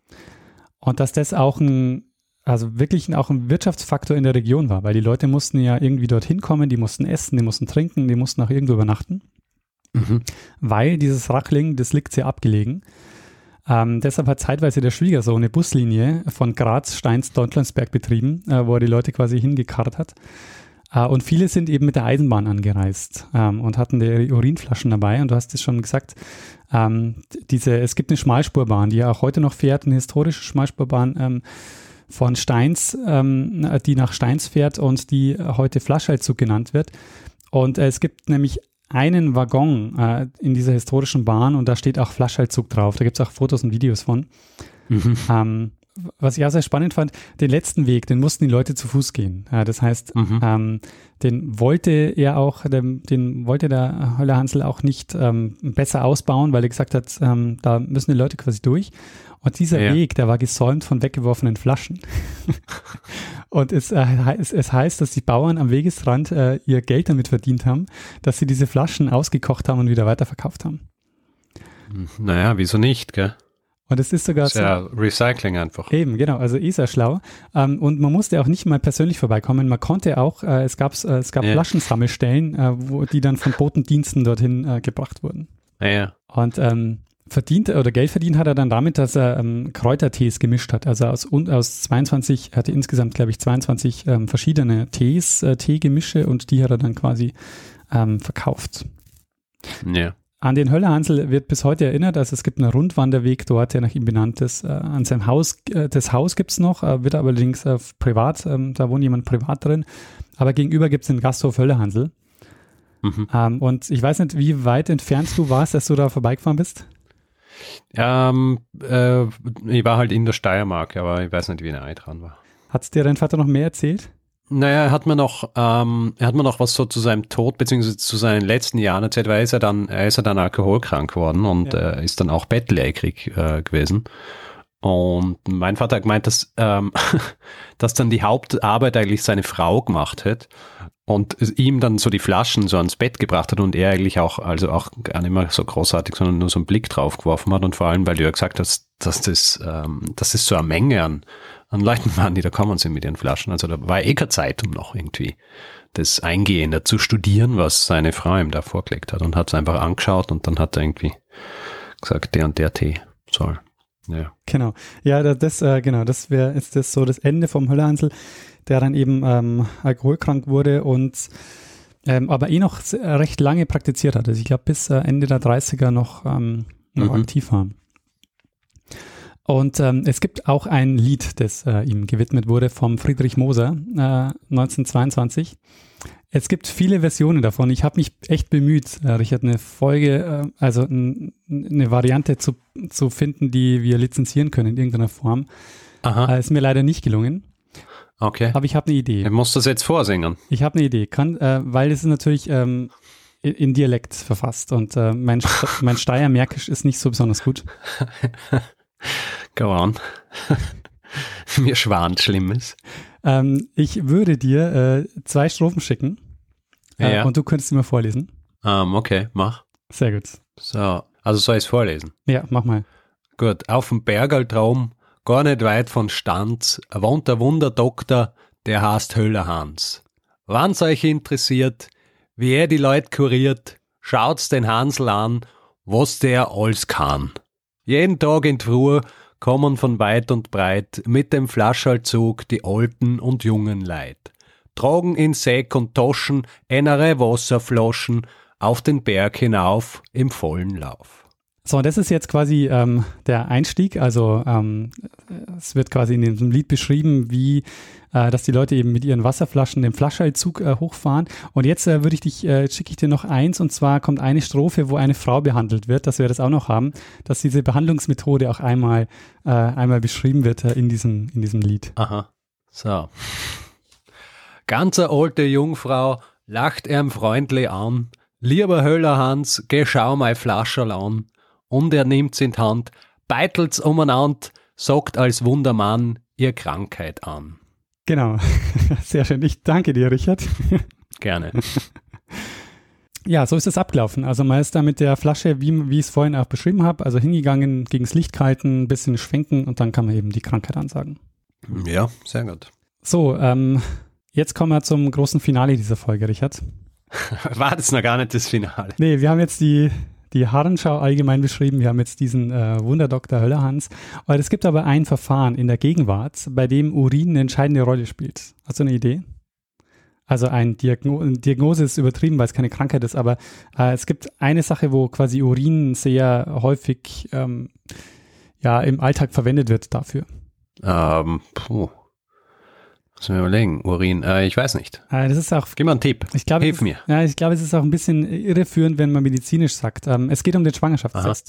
und dass das auch ein Also wirklich auch ein Wirtschaftsfaktor in der Region war, weil die Leute mussten ja irgendwie dorthin kommen, die mussten essen, die mussten trinken, die mussten auch irgendwo übernachten, Mhm. weil dieses Rachling, das liegt sehr abgelegen. Ähm, deshalb hat zeitweise der Schwiegersohn eine Buslinie von Graz, Steins, Deutschlandsberg betrieben, äh, wo er die Leute quasi hingekarrt hat. Äh, und viele sind eben mit der Eisenbahn angereist ähm, und hatten die Urinflaschen dabei. Und du hast es schon gesagt, ähm, diese, es gibt eine Schmalspurbahn, die ja auch heute noch fährt, eine historische Schmalspurbahn, ähm, von Steins, ähm, die nach Steins fährt und die heute Flaschallzug genannt wird. Und äh, es gibt nämlich einen Waggon äh, in dieser historischen Bahn und da steht auch Flaschallzug drauf. Da gibt es auch Fotos und Videos von. Mhm. Ähm, was ich auch sehr spannend fand, den letzten Weg, den mussten die Leute zu Fuß gehen. Ja, das heißt, Mhm. ähm, den wollte er auch, den, den wollte der Höllerhansl auch nicht ähm, besser ausbauen, weil er gesagt hat, ähm, da müssen die Leute quasi durch. Und dieser Ja. Weg, der war gesäumt von weggeworfenen Flaschen. Und es, äh, es, es heißt, dass die Bauern am Wegesrand äh, ihr Geld damit verdient haben, dass sie diese Flaschen ausgekocht haben und wieder weiterverkauft haben. Naja, wieso nicht, gell? Und es ist sogar Das ist ja Recycling einfach. Eben, genau, also eh sehr schlau. Ähm, und man musste auch nicht mal persönlich vorbeikommen. Man konnte auch, äh, es, gab's, äh, es gab Ja. Flaschensammelstellen, äh, wo die dann von Botendiensten dorthin äh, gebracht wurden. Ja, ja. Und ähm, verdient oder Geld verdient hat er dann damit, dass er ähm, Kräutertees gemischt hat. Also aus, und aus zweiundzwanzig, er hatte insgesamt, glaube ich, zweiundzwanzig ähm, verschiedene Tees, äh, Teegemische und die hat er dann quasi ähm, verkauft. Ja. An den Höllerhansl wird bis heute erinnert, also es gibt einen Rundwanderweg dort, der nach ihm benannt ist. Äh, an seinem Haus, äh, das Haus gibt es noch, äh, wird allerdings äh, privat, ähm, da wohnt jemand privat drin. Aber gegenüber gibt es den Gasthof Höllerhansl. Mhm. Ähm, und ich weiß nicht, wie weit entfernt du warst, dass du da vorbeigefahren bist? Ähm, äh, ich war halt in der Steiermark, aber ich weiß nicht, wie nah ich dran war. Hat's dir dein Vater noch mehr erzählt? Naja, er hat mir noch, ähm, er hat mir noch was so zu seinem Tod beziehungsweise zu seinen letzten Jahren erzählt, weil er ist ja dann, er ist ja dann alkoholkrank geworden und Ja. äh, ist dann auch bettlägerig äh, gewesen. Und mein Vater hat gemeint, dass, ähm, dass dann die Hauptarbeit eigentlich seine Frau gemacht hat und es ihm dann so die Flaschen so ans Bett gebracht hat und er eigentlich auch, also auch gar nicht mehr so großartig, sondern nur so einen Blick drauf geworfen hat und vor allem, weil du ja gesagt hast, dass das, ähm, das ist so eine Menge an, an Leuten waren, die da kommen sind mit ihren Flaschen. Also da war eh keine Zeit, um noch irgendwie das Eingehender zu studieren, was seine Frau ihm da vorgelegt hat und hat es einfach angeschaut und dann hat er irgendwie gesagt, der und der Tee soll. Ja. Genau. Ja, das, das äh, genau, das wäre jetzt das so das Ende vom Höllerhansl, der dann eben ähm, alkoholkrank wurde und ähm, aber eh noch recht lange praktiziert hat. Also ich glaube bis äh, Ende der dreißiger noch, ähm, noch Mhm. aktiv war. Und ähm, es gibt auch ein Lied, das äh, ihm gewidmet wurde vom Friedrich Moser äh, neunzehnhundertzweiundzwanzig. Es gibt viele Versionen davon. Ich habe mich echt bemüht, äh, Richard, eine Folge, äh, also n, eine Variante zu, zu finden, die wir lizenzieren können in irgendeiner Form. Aha, Äh, ist mir leider nicht gelungen, okay. aber ich habe eine Idee. Ich muss das jetzt vorsingen. Ich habe eine Idee, kann, äh, weil es ist natürlich ähm, in, in Dialekt verfasst und äh, mein, St- mein Steiermärkisch ist nicht so besonders gut. Go on. Mir schwant Schlimmes. Ähm, ich würde dir äh, zwei Strophen schicken äh, Ja. und du könntest sie mal vorlesen. Ähm, okay, mach. Sehr gut. So, also soll ich es vorlesen? Ja, mach mal. Gut, auf dem Bergaltraum, gar nicht weit von Stanz, wohnt der Wunderdoktor, der heißt Höllerhans. Wann's euch interessiert, wie er die Leute kuriert, schaut's den Hansl an, was der alles kann. Jeden Tag in die Früh kommen von weit und breit mit dem Flascherlzug die alten und jungen Leid. Tragen in Säck und Taschen ennere Wasserflaschen auf den Berg hinauf im vollen Lauf. So, das ist jetzt quasi ähm, der Einstieg. Also ähm, es wird quasi in diesem Lied beschrieben, wie äh, dass die Leute eben mit ihren Wasserflaschen den Flaschallzug äh, hochfahren. Und jetzt äh, würde ich dich, äh, schicke ich dir noch eins, und zwar kommt eine Strophe, wo eine Frau behandelt wird, dass wir das auch noch haben, dass diese Behandlungsmethode auch einmal, äh, einmal beschrieben wird äh, in diesem, in diesem Lied. Aha, so. Ganz eine alte Jungfrau lacht erm freundlich an. Lieber Höllerhans, geh schau mein Flascherl an. Und er nimmt's in die Hand, beitelt's umeinander, sagt als Wundermann ihr Krankheit an. Genau, sehr schön. Ich danke dir, Richard. Gerne. Ja, so ist es abgelaufen. Also man ist da mit der Flasche, wie, wie ich es vorhin auch beschrieben habe, also hingegangen, gegens Licht gehalten, ein bisschen schwenken und dann kann man eben die Krankheit ansagen. Ja, sehr gut. So, ähm, jetzt kommen wir zum großen Finale dieser Folge, Richard. War das noch gar nicht das Finale? Nee, wir haben jetzt die, die Harrenschau allgemein beschrieben, wir haben jetzt diesen äh, Wunderdoktor Höllerhans. Und es gibt aber ein Verfahren in der Gegenwart, bei dem Urin eine entscheidende Rolle spielt. Hast du eine Idee? Also ein Diagno Diagnose ist übertrieben, weil es keine Krankheit ist, aber äh, es gibt eine Sache, wo quasi Urin sehr häufig ähm, ja, im Alltag verwendet wird dafür. Ähm, puh. Muss mir überlegen. Urin, äh, ich weiß nicht. Äh, das ist auch, Gib mir einen Tipp. ich glaube, Hilf es ist, mir. Ja, ich glaube, es ist auch ein bisschen irreführend, wenn man medizinisch sagt. Ähm, es geht um den Schwangerschaftstest.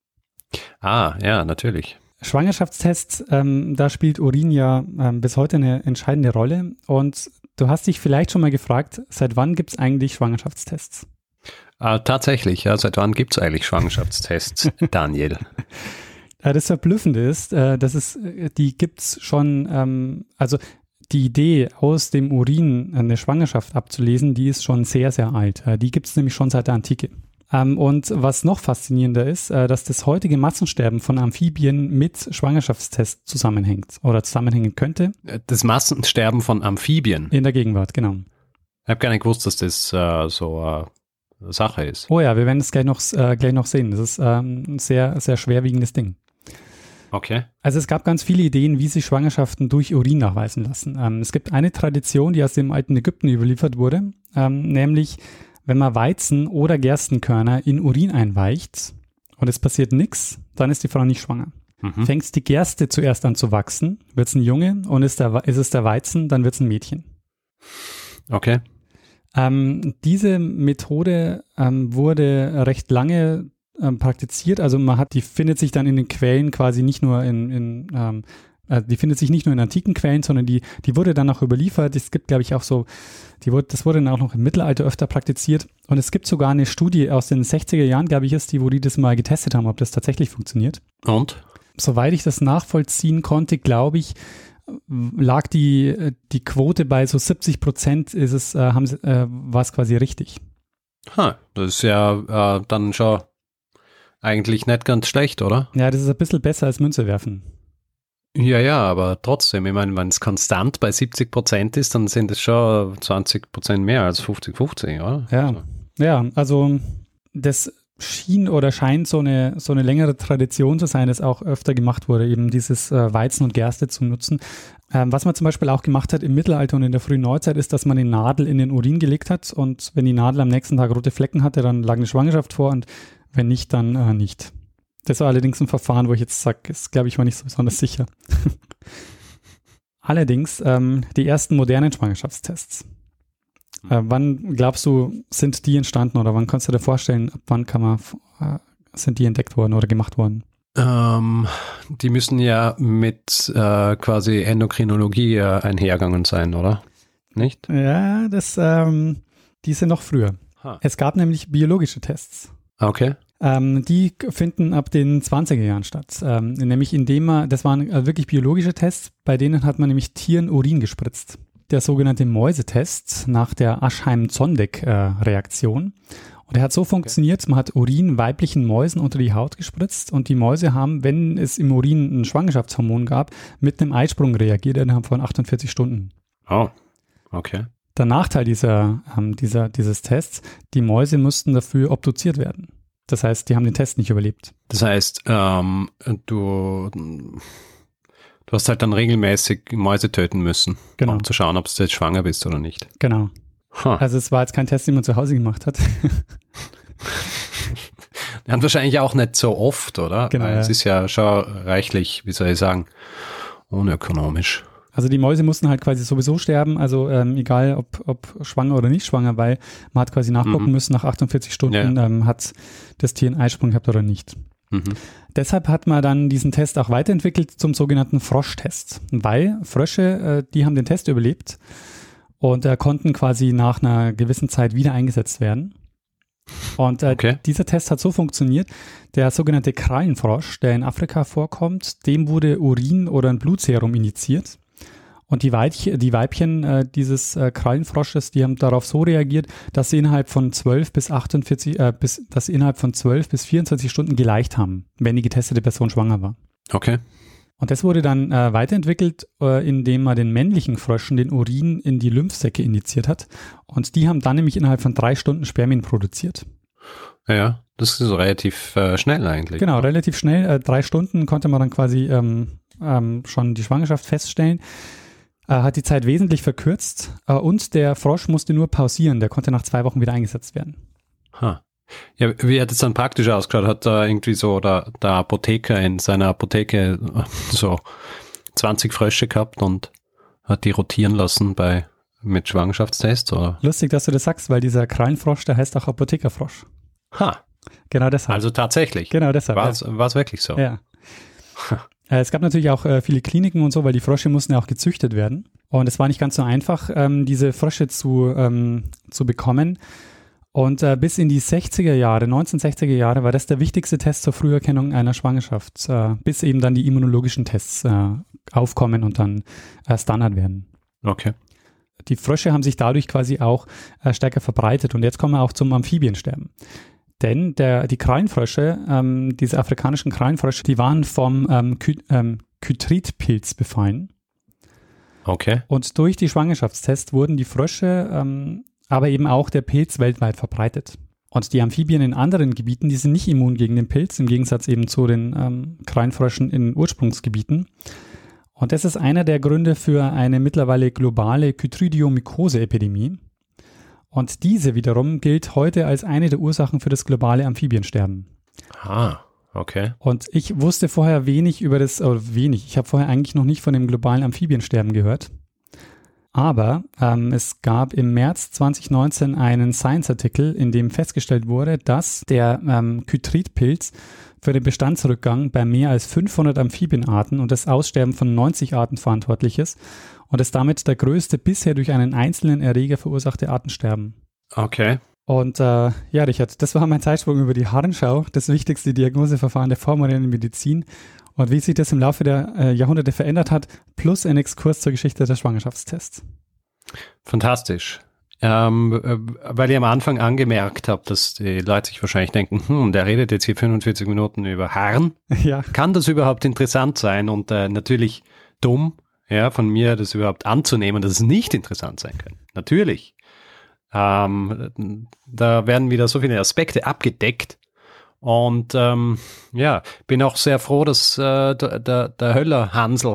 Ah, ja, natürlich. Schwangerschaftstests, ähm, da spielt Urin ja ähm, bis heute eine entscheidende Rolle. Und du hast dich vielleicht schon mal gefragt, seit wann gibt es eigentlich Schwangerschaftstests? Äh, tatsächlich, ja, seit wann gibt's eigentlich Schwangerschaftstests, Daniel? Äh, das Verblüffende ist, äh, dass es, äh, die gibt's schon, ähm, also die Idee, aus dem Urin eine Schwangerschaft abzulesen, die ist schon sehr, sehr alt. Äh, die gibt's nämlich schon seit der Antike. Ähm, und was noch faszinierender ist, äh, dass das heutige Massensterben von Amphibien mit Schwangerschaftstests zusammenhängt oder zusammenhängen könnte. Das Massensterben von Amphibien. In der Gegenwart, genau. Ich habe gar nicht gewusst, dass das äh, so äh, eine Sache ist. Oh ja, wir werden es gleich noch, äh, gleich noch sehen. Das ist ähm, ein sehr, sehr schwerwiegendes Ding. Okay. Also es gab ganz viele Ideen, wie sich Schwangerschaften durch Urin nachweisen lassen. Ähm, es gibt eine Tradition, die aus dem alten Ägypten überliefert wurde, ähm, nämlich wenn man Weizen oder Gerstenkörner in Urin einweicht und es passiert nichts, dann ist die Frau nicht schwanger. Mhm. Fängt die Gerste zuerst an zu wachsen, wird es ein Junge, und ist, der, ist es der Weizen, dann wird es ein Mädchen. Okay. Ähm, diese Methode ähm, wurde recht lange ähm, praktiziert. Also man hat, die findet sich dann in den Quellen quasi nicht nur in, in ähm, also die findet sich nicht nur in antiken Quellen, sondern die, die wurde dann auch überliefert. Es gibt, glaube ich, auch so, die wurde, das wurde dann auch noch im Mittelalter öfter praktiziert. Und es gibt sogar eine Studie aus den sechziger Jahren, glaube ich, ist die, wo die das mal getestet haben, ob das tatsächlich funktioniert. Und? Soweit ich das nachvollziehen konnte, glaube ich, lag die, die Quote bei so siebzig Prozent ist es, äh, haben sie, äh, war es quasi richtig. Ha, das ist ja äh, dann schon eigentlich nicht ganz schlecht, oder? Ja, das ist ein bisschen besser als Münze werfen. Ja, ja, aber trotzdem, ich meine, wenn es konstant bei siebzig Prozent ist, dann sind es schon zwanzig Prozent mehr als fünfzig fünfzig, oder? Ja, also. ja, also das schien oder scheint so eine, so eine längere Tradition zu sein, das auch öfter gemacht wurde, eben dieses äh, Weizen und Gerste zu nutzen. Ähm, was man zum Beispiel auch gemacht hat im Mittelalter und in der frühen Neuzeit ist, dass man die Nadel in den Urin gelegt hat und wenn die Nadel am nächsten Tag rote Flecken hatte, dann lag eine Schwangerschaft vor und wenn nicht, dann äh, nicht. Das war allerdings ein Verfahren, wo ich jetzt sage, das glaube ich war nicht so besonders sicher. Allerdings ähm, die ersten modernen Schwangerschaftstests. Äh, wann glaubst du, sind die entstanden oder wann kannst du dir vorstellen, ab wann kann man, äh, sind die entdeckt worden oder gemacht worden? Ähm, die müssen ja mit äh, quasi Endokrinologie äh, einhergegangen sein, oder? Nicht? Ja, das, ähm, die sind noch früher. Ha. Es gab nämlich biologische Tests. Okay. Ähm, die finden ab den zwanziger Jahren statt. Ähm, nämlich indem man, das waren äh, wirklich biologische Tests, bei denen hat man nämlich Tieren Urin gespritzt. Der sogenannte Mäusetest nach der Aschheim-Zondek-Reaktion. Äh, und der hat so funktioniert, man hat Urin weiblichen Mäusen unter die Haut gespritzt und die Mäuse haben, wenn es im Urin ein Schwangerschaftshormon gab, mit einem Eisprung reagiert innerhalb von achtundvierzig Stunden. Oh, okay. Der Nachteil dieser, ähm, dieser, dieses Tests, die Mäuse mussten dafür obduziert werden. Das heißt, die haben den Test nicht überlebt. Das heißt, ähm, du, du hast halt dann regelmäßig Mäuse töten müssen, Genau. um zu schauen, ob du jetzt schwanger bist oder nicht. Genau. Huh. Also es war jetzt kein Test, den man zu Hause gemacht hat. Die haben wahrscheinlich auch nicht so oft, oder? Genau, Weil ja. es ist ja schon reichlich, wie soll ich sagen, unökonomisch. Also die Mäuse mussten halt quasi sowieso sterben, also ähm, egal ob, ob schwanger oder nicht schwanger, weil man hat quasi nachgucken Mhm. müssen, nach achtundvierzig Stunden Ja. ähm, hat das Tier einen Eisprung gehabt oder nicht. Mhm. Deshalb hat man dann diesen Test auch weiterentwickelt zum sogenannten Froschtest, weil Frösche, äh, die haben den Test überlebt und äh, konnten quasi nach einer gewissen Zeit wieder eingesetzt werden. Und äh, Okay. dieser Test hat so funktioniert, der sogenannte Krallenfrosch, der in Afrika vorkommt, dem wurde Urin oder ein Blutserum injiziert. Und die, Weibch, die Weibchen äh, dieses äh, Krallenfrosches, die haben darauf so reagiert, dass sie innerhalb von zwölf bis achtundvierzig, äh, bis, dass sie innerhalb von zwölf bis vierundzwanzig Stunden geleicht haben, wenn die getestete Person schwanger war. Okay. Und das wurde dann äh, weiterentwickelt, äh, indem man den männlichen Fröschen den Urin in die Lymphsäcke injiziert hat. Und die haben dann nämlich innerhalb von drei Stunden Spermien produziert. Ja, das ist relativ äh, schnell eigentlich. Genau, relativ schnell. Äh, drei Stunden konnte man dann quasi ähm, ähm, schon die Schwangerschaft feststellen. Äh, hat die Zeit wesentlich verkürzt. Äh, und der Frosch musste nur pausieren. Der konnte nach zwei Wochen wieder eingesetzt werden. Ha. Ja, wie hat es dann praktisch ausgeschaut? Hat da irgendwie so der, der Apotheker in seiner Apotheke so zwanzig Frösche gehabt und hat die rotieren lassen bei mit Schwangerschaftstests, oder? Lustig, dass du das sagst, weil dieser Krallenfrosch, der heißt auch Apothekerfrosch. Ha, Genau deshalb. also tatsächlich. genau deshalb. War ja. es war's wirklich so? Ja. Äh, Es gab natürlich auch äh, viele Kliniken und so, weil die Frösche mussten ja auch gezüchtet werden. Und es war nicht ganz so einfach, ähm, diese Frösche zu, ähm, zu bekommen. Und äh, bis in die sechziger Jahre, neunzehnhundertsechziger Jahre, war das der wichtigste Test zur Früherkennung einer Schwangerschaft, äh, bis eben dann die immunologischen Tests äh, aufkommen und dann äh, Standard werden. Okay. Die Frösche haben sich dadurch quasi auch äh, stärker verbreitet. Und jetzt kommen wir auch zum Amphibiensterben. Denn der, die Krallenfrösche, ähm, diese afrikanischen Krallenfrösche, die waren vom ähm, Ky- ähm, Chytridpilz befallen. Okay. Und durch die Schwangerschaftstests wurden die Frösche, ähm, aber eben auch der Pilz weltweit verbreitet. Und die Amphibien in anderen Gebieten, die sind nicht immun gegen den Pilz, im Gegensatz eben zu den ähm, Krallenfröschen in Ursprungsgebieten. Und das ist einer der Gründe für eine mittlerweile globale Chytridiomykose-Epidemie. Und diese wiederum gilt heute als eine der Ursachen für das globale Amphibiensterben. Ah, okay. Und ich wusste vorher wenig über das, oder wenig, ich habe vorher eigentlich noch nicht von dem globalen Amphibiensterben gehört. Aber ähm, es gab im März zwanzig neunzehn einen Science-Artikel, in dem festgestellt wurde, dass der ähm, Chytrid-Pilz für den Bestandsrückgang bei mehr als fünfhundert Amphibienarten und das Aussterben von neunzig Arten verantwortlich ist und es damit der größte bisher durch einen einzelnen Erreger verursachte Artensterben. Okay. Und äh, ja, Richard, das war mein Zeitsprung über die Harnschau, das wichtigste Diagnoseverfahren der vormodernen Medizin und wie sich das im Laufe der äh, Jahrhunderte verändert hat, plus ein Exkurs zur Geschichte der Schwangerschaftstests. Fantastisch. Ähm, weil ich am Anfang angemerkt habe, dass die Leute sich wahrscheinlich denken, hm, der redet jetzt hier fünfundvierzig Minuten über Harn. Ja. Kann das überhaupt interessant sein? Und äh, natürlich dumm, ja, von mir das überhaupt anzunehmen, dass es nicht interessant sein kann. Natürlich. Ähm, da werden wieder so viele Aspekte abgedeckt. Und ähm, ja, bin auch sehr froh, dass äh, der, der, der Höller Hansl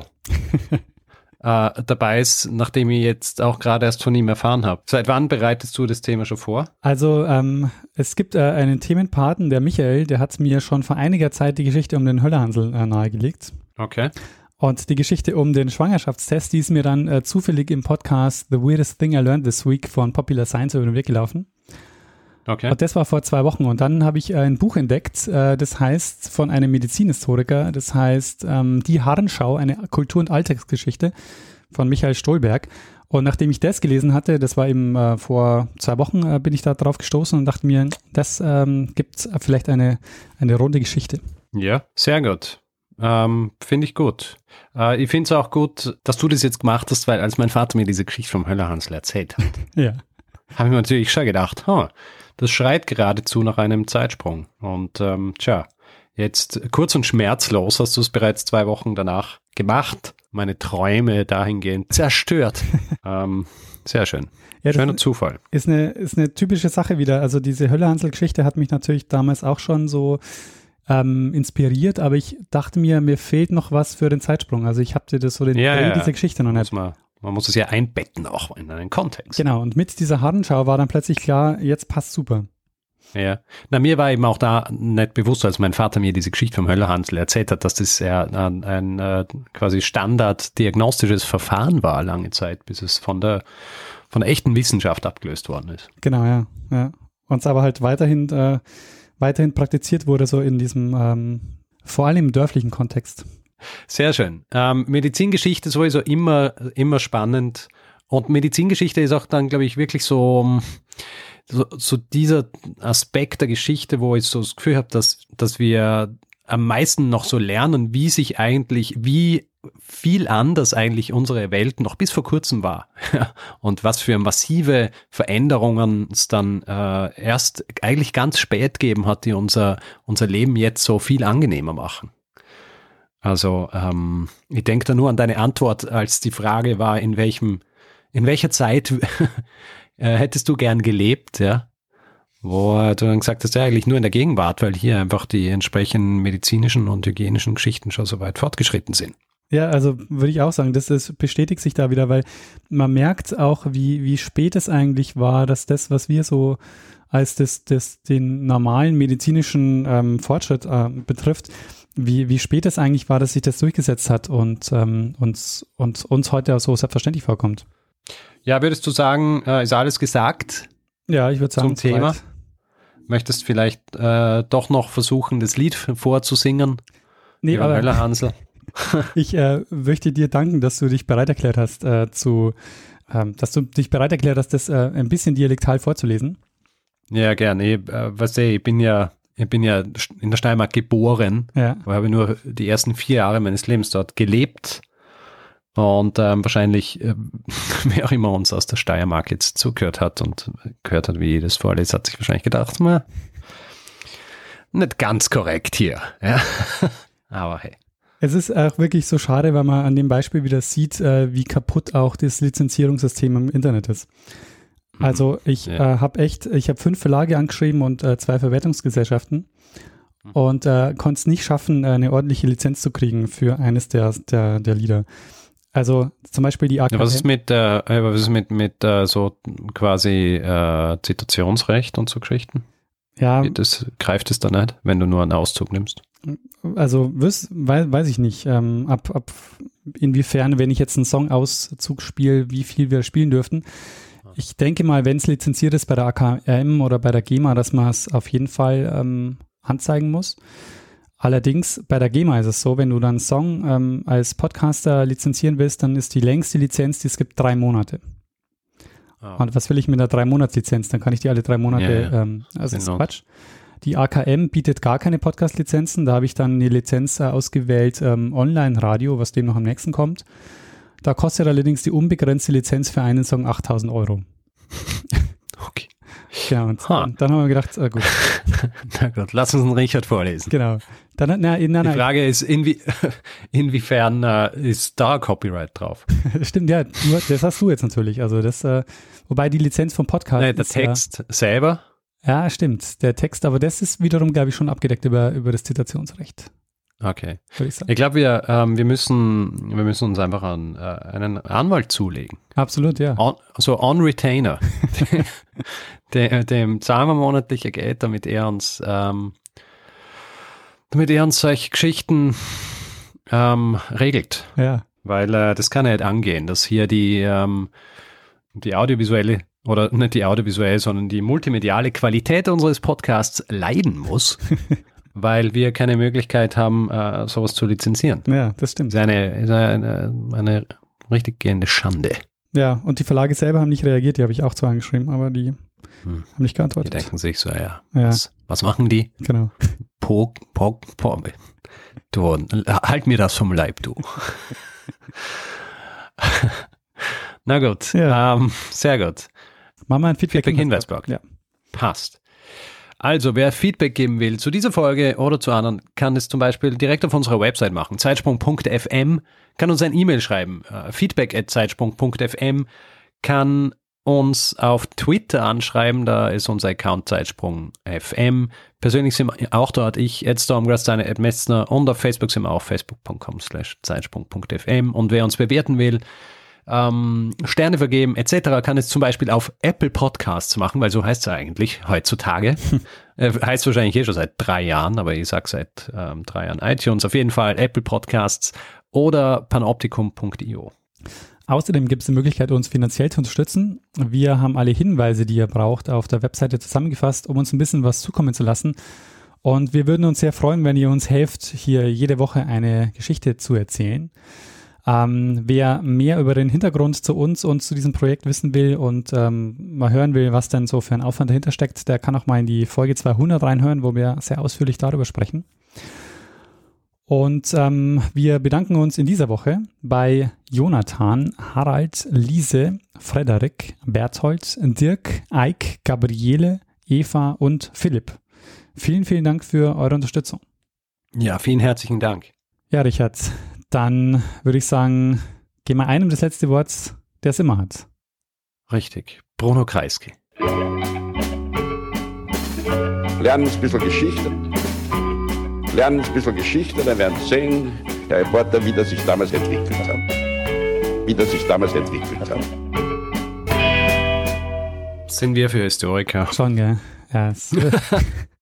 äh, dabei ist, nachdem ich jetzt auch gerade erst von ihm erfahren habe. Seit wann bereitest du das Thema schon vor? Also ähm, es gibt äh, einen Themenpaten, der Michael, der hat mir schon vor einiger Zeit die Geschichte um den Höller Hansl äh, nahegelegt. Okay. Und die Geschichte um den Schwangerschaftstest, die ist mir dann äh, zufällig im Podcast The Weirdest Thing I Learned This Week von Popular Science über den Weg gelaufen. Okay. Und das war vor zwei Wochen. Und dann habe ich ein Buch entdeckt, äh, das heißt von einem Medizinhistoriker, das heißt ähm, Die Harnschau, eine Kultur- und Alltagsgeschichte von Michael Stolberg. Und nachdem ich das gelesen hatte, das war eben äh, vor zwei Wochen, äh, bin ich da drauf gestoßen und dachte mir, das ähm, gibt vielleicht eine, eine runde Geschichte. Ja, sehr gut. Ähm, finde ich gut. Äh, ich finde es auch gut, dass du das jetzt gemacht hast, weil als mein Vater mir diese Geschichte vom Höller Hansl erzählt hat, ja. habe ich mir natürlich schon gedacht, huh, das schreit geradezu nach einem Zeitsprung. Und ähm, tja, jetzt kurz und schmerzlos hast du es bereits zwei Wochen danach gemacht. Meine Träume dahingehend zerstört. ähm, sehr schön. Ja, Schöner Zufall. Ist eine, ist eine typische Sache wieder. Also diese Höller Hansl-Geschichte hat mich natürlich damals auch schon so ähm, inspiriert, aber ich dachte mir, mir fehlt noch was für den Zeitsprung. Also ich habe dir das so den Ja, Dreh ja. dieser Geschichte noch nicht. Man, man muss es ja einbetten auch in einen Kontext. Genau, und mit dieser Harnschau war dann plötzlich klar, jetzt passt super. Ja, na mir war eben auch da nicht bewusst, als mein Vater mir diese Geschichte vom Höller Hansl erzählt hat, dass das ja ein, ein, ein quasi Standard-diagnostisches Verfahren war lange Zeit, bis es von der von der echten Wissenschaft abgelöst worden ist. Genau, ja, ja. Und es aber halt weiterhin äh, weiterhin praktiziert wurde, so in diesem ähm, vor allem im dörflichen Kontext. Sehr schön. Ähm, Medizingeschichte sowieso immer immer spannend und Medizingeschichte ist auch dann, glaube ich, wirklich so So, so dieser Aspekt der Geschichte, wo ich so das Gefühl habe, dass, dass wir am meisten noch so lernen, wie sich eigentlich, wie viel anders eigentlich unsere Welt noch bis vor kurzem war und was für massive Veränderungen es dann äh, erst eigentlich ganz spät gegeben hat, die unser, unser Leben jetzt so viel angenehmer machen. Also ähm, ich denke da nur an deine Antwort, als die Frage war, in welchem, in welcher Zeit hättest du gern gelebt, ja, wo du dann gesagt hast, ja, eigentlich nur in der Gegenwart, weil hier einfach die entsprechenden medizinischen und hygienischen Geschichten schon so weit fortgeschritten sind. Ja, also würde ich auch sagen, das, das bestätigt sich da wieder, weil man merkt auch, wie, wie spät es eigentlich war, dass das, was wir so als das, das den normalen medizinischen ähm, Fortschritt äh, betrifft, wie, wie spät es eigentlich war, dass sich das durchgesetzt hat und ähm, uns, und uns heute auch so selbstverständlich vorkommt. Ja, würdest du sagen, äh, ist alles gesagt? Ja, ich würde sagen, zum Thema. Weit. Möchtest vielleicht äh, doch noch versuchen, das Lied vorzusingen? Nee, aber Höller Hansl. Ich äh, möchte dir danken, dass du dich bereit erklärt hast, äh, zu, ähm, dass du dich bereit erklärt hast, das äh, ein bisschen dialektal vorzulesen. Ja, gerne. Ich, äh, weißt du, ich bin ja, ich bin ja in der Steiermark geboren. Ja. Ich habe nur die ersten vier Jahre meines Lebens dort gelebt. Und ähm, wahrscheinlich, äh, wer auch immer uns aus der Steiermark jetzt zugehört hat und gehört hat, wie ich das vorlese, hat sich wahrscheinlich gedacht, na, nicht ganz korrekt hier. Ja. Aber hey. Es ist auch wirklich so schade, weil man an dem Beispiel wieder sieht, äh, wie kaputt auch das Lizenzierungssystem im Internet ist. Also ich ja. äh, habe echt, ich habe fünf Verlage angeschrieben und äh, zwei Verwertungsgesellschaften und äh, konnte es nicht schaffen, eine ordentliche Lizenz zu kriegen für eines der, der, der Lieder. Also zum Beispiel die A K M. Ja, was ist mit, äh, was ist mit, mit äh, so quasi äh, Zitationsrecht und so Geschichten? Ja. Das greift es da nicht, wenn du nur einen Auszug nimmst? Also weiß, weiß ich nicht. Ähm, ab, ab inwiefern, wenn ich jetzt einen Songauszug spiele, wie viel wir spielen dürften. Ich denke mal, wenn es lizenziert ist bei der A K M oder bei der GEMA, dass man es auf jeden Fall ähm, anzeigen muss. Allerdings bei der GEMA ist es so, wenn du dann einen Song ähm, als Podcaster lizenzieren willst, dann ist die längste Lizenz, die es gibt, drei Monate. Oh. Und was will ich mit einer drei-Monats-Lizenz? Dann kann ich die alle drei Monate, ja, ja. Ähm, also das ist Genau. Quatsch. Die A K M bietet gar keine Podcast-Lizenzen. Da habe ich dann eine Lizenz äh, ausgewählt, ähm, Online-Radio, was dem noch am nächsten kommt. Da kostet allerdings die unbegrenzte Lizenz für einen Song achttausend Euro. Okay. Genau, und, und dann haben wir gedacht, äh, gut. Na gut, lass uns einen Richard vorlesen. Genau. Dann, na, na, na, Die Frage ist, inwie, inwiefern äh, ist da Copyright drauf? Stimmt, ja, nur, das hast du jetzt natürlich. Also das, äh, wobei die Lizenz vom Podcast Nein, der ist, Text äh, selber? Ja, stimmt. Der Text, aber das ist wiederum, glaube ich, schon abgedeckt über, über das Zitationsrecht. Okay. Würde ich sagen. Ich glaube, wir, ähm, wir, müssen, wir müssen uns einfach an, äh, einen Anwalt zulegen. Absolut, ja. On, so on Retainer. dem, dem zahlen wir monatliche Geld, damit er uns, ähm, damit er uns solche Geschichten ähm, regelt. Ja. Weil äh, das kann ja nicht angehen, dass hier die, ähm, die audiovisuelle, oder nicht die audiovisuelle, sondern die multimediale Qualität unseres Podcasts leiden muss, weil wir keine Möglichkeit haben, äh, sowas zu lizenzieren. Ja, das stimmt. Das ist eine, ist eine, eine richtig gehende Schande. Ja, und die Verlage selber haben nicht reagiert, die habe ich auch zwar angeschrieben, aber die hm. haben nicht Die geantwortet. denken sich so, ja, Ja. Was, was machen die? Genau. Pog, Pog, Pog. Du, halt mir das vom Leib, du. Na gut, Ja. ähm, sehr gut. Machen wir ein Feedback. Feedback-Hinweisblock. Ja. Passt. Also, wer Feedback geben will zu dieser Folge oder zu anderen, kann es zum Beispiel direkt auf unserer Website machen. Zeitsprung punkt f m, kann uns ein E-Mail schreiben. Uh, feedback at zeitsprung punkt f m, kann uns auf Twitter anschreiben, da ist unser Account Zeitsprung F M. Persönlich sind wir auch dort, ich, at Stormgrass, at Metzner, und auf Facebook sind wir auch facebook punkt com slash zeitsprung punkt f m. Und wer uns bewerten will, ähm, Sterne vergeben et cetera, kann es zum Beispiel auf Apple Podcasts machen, weil so heißt es eigentlich heutzutage. äh, heißt wahrscheinlich eh schon seit drei Jahren, aber ich sage seit ähm, drei Jahren iTunes. Auf jeden Fall Apple Podcasts oder panoptikum punkt i o. Außerdem gibt es die Möglichkeit, uns finanziell zu unterstützen. Wir haben alle Hinweise, die ihr braucht, auf der Webseite zusammengefasst, um uns ein bisschen was zukommen zu lassen. Und wir würden uns sehr freuen, wenn ihr uns helft, hier jede Woche eine Geschichte zu erzählen. Ähm, wer mehr über den Hintergrund zu uns und zu diesem Projekt wissen will und ähm, mal hören will, was denn so für ein Aufwand dahinter steckt, der kann auch mal in die Folge zweihundert reinhören, wo wir sehr ausführlich darüber sprechen. Und ähm, wir bedanken uns in dieser Woche bei Jonathan, Harald, Lise, Frederik, Berthold, Dirk, Eik, Gabriele, Eva und Philipp. Vielen, vielen Dank für eure Unterstützung. Ja, vielen herzlichen Dank. Ja, Richard, dann würde ich sagen, gehen wir einem das letzte Wort, der es immer hat. Richtig. Bruno Kreisky. Lernen ein bisschen Geschichte. Lernen ein bisschen Geschichte, dann werden Sie sehen, Herr Reporter, wie das sich damals entwickelt hat. Wie das sich damals entwickelt hat. Sind wir für Historiker. Schon, gell? Ja, es,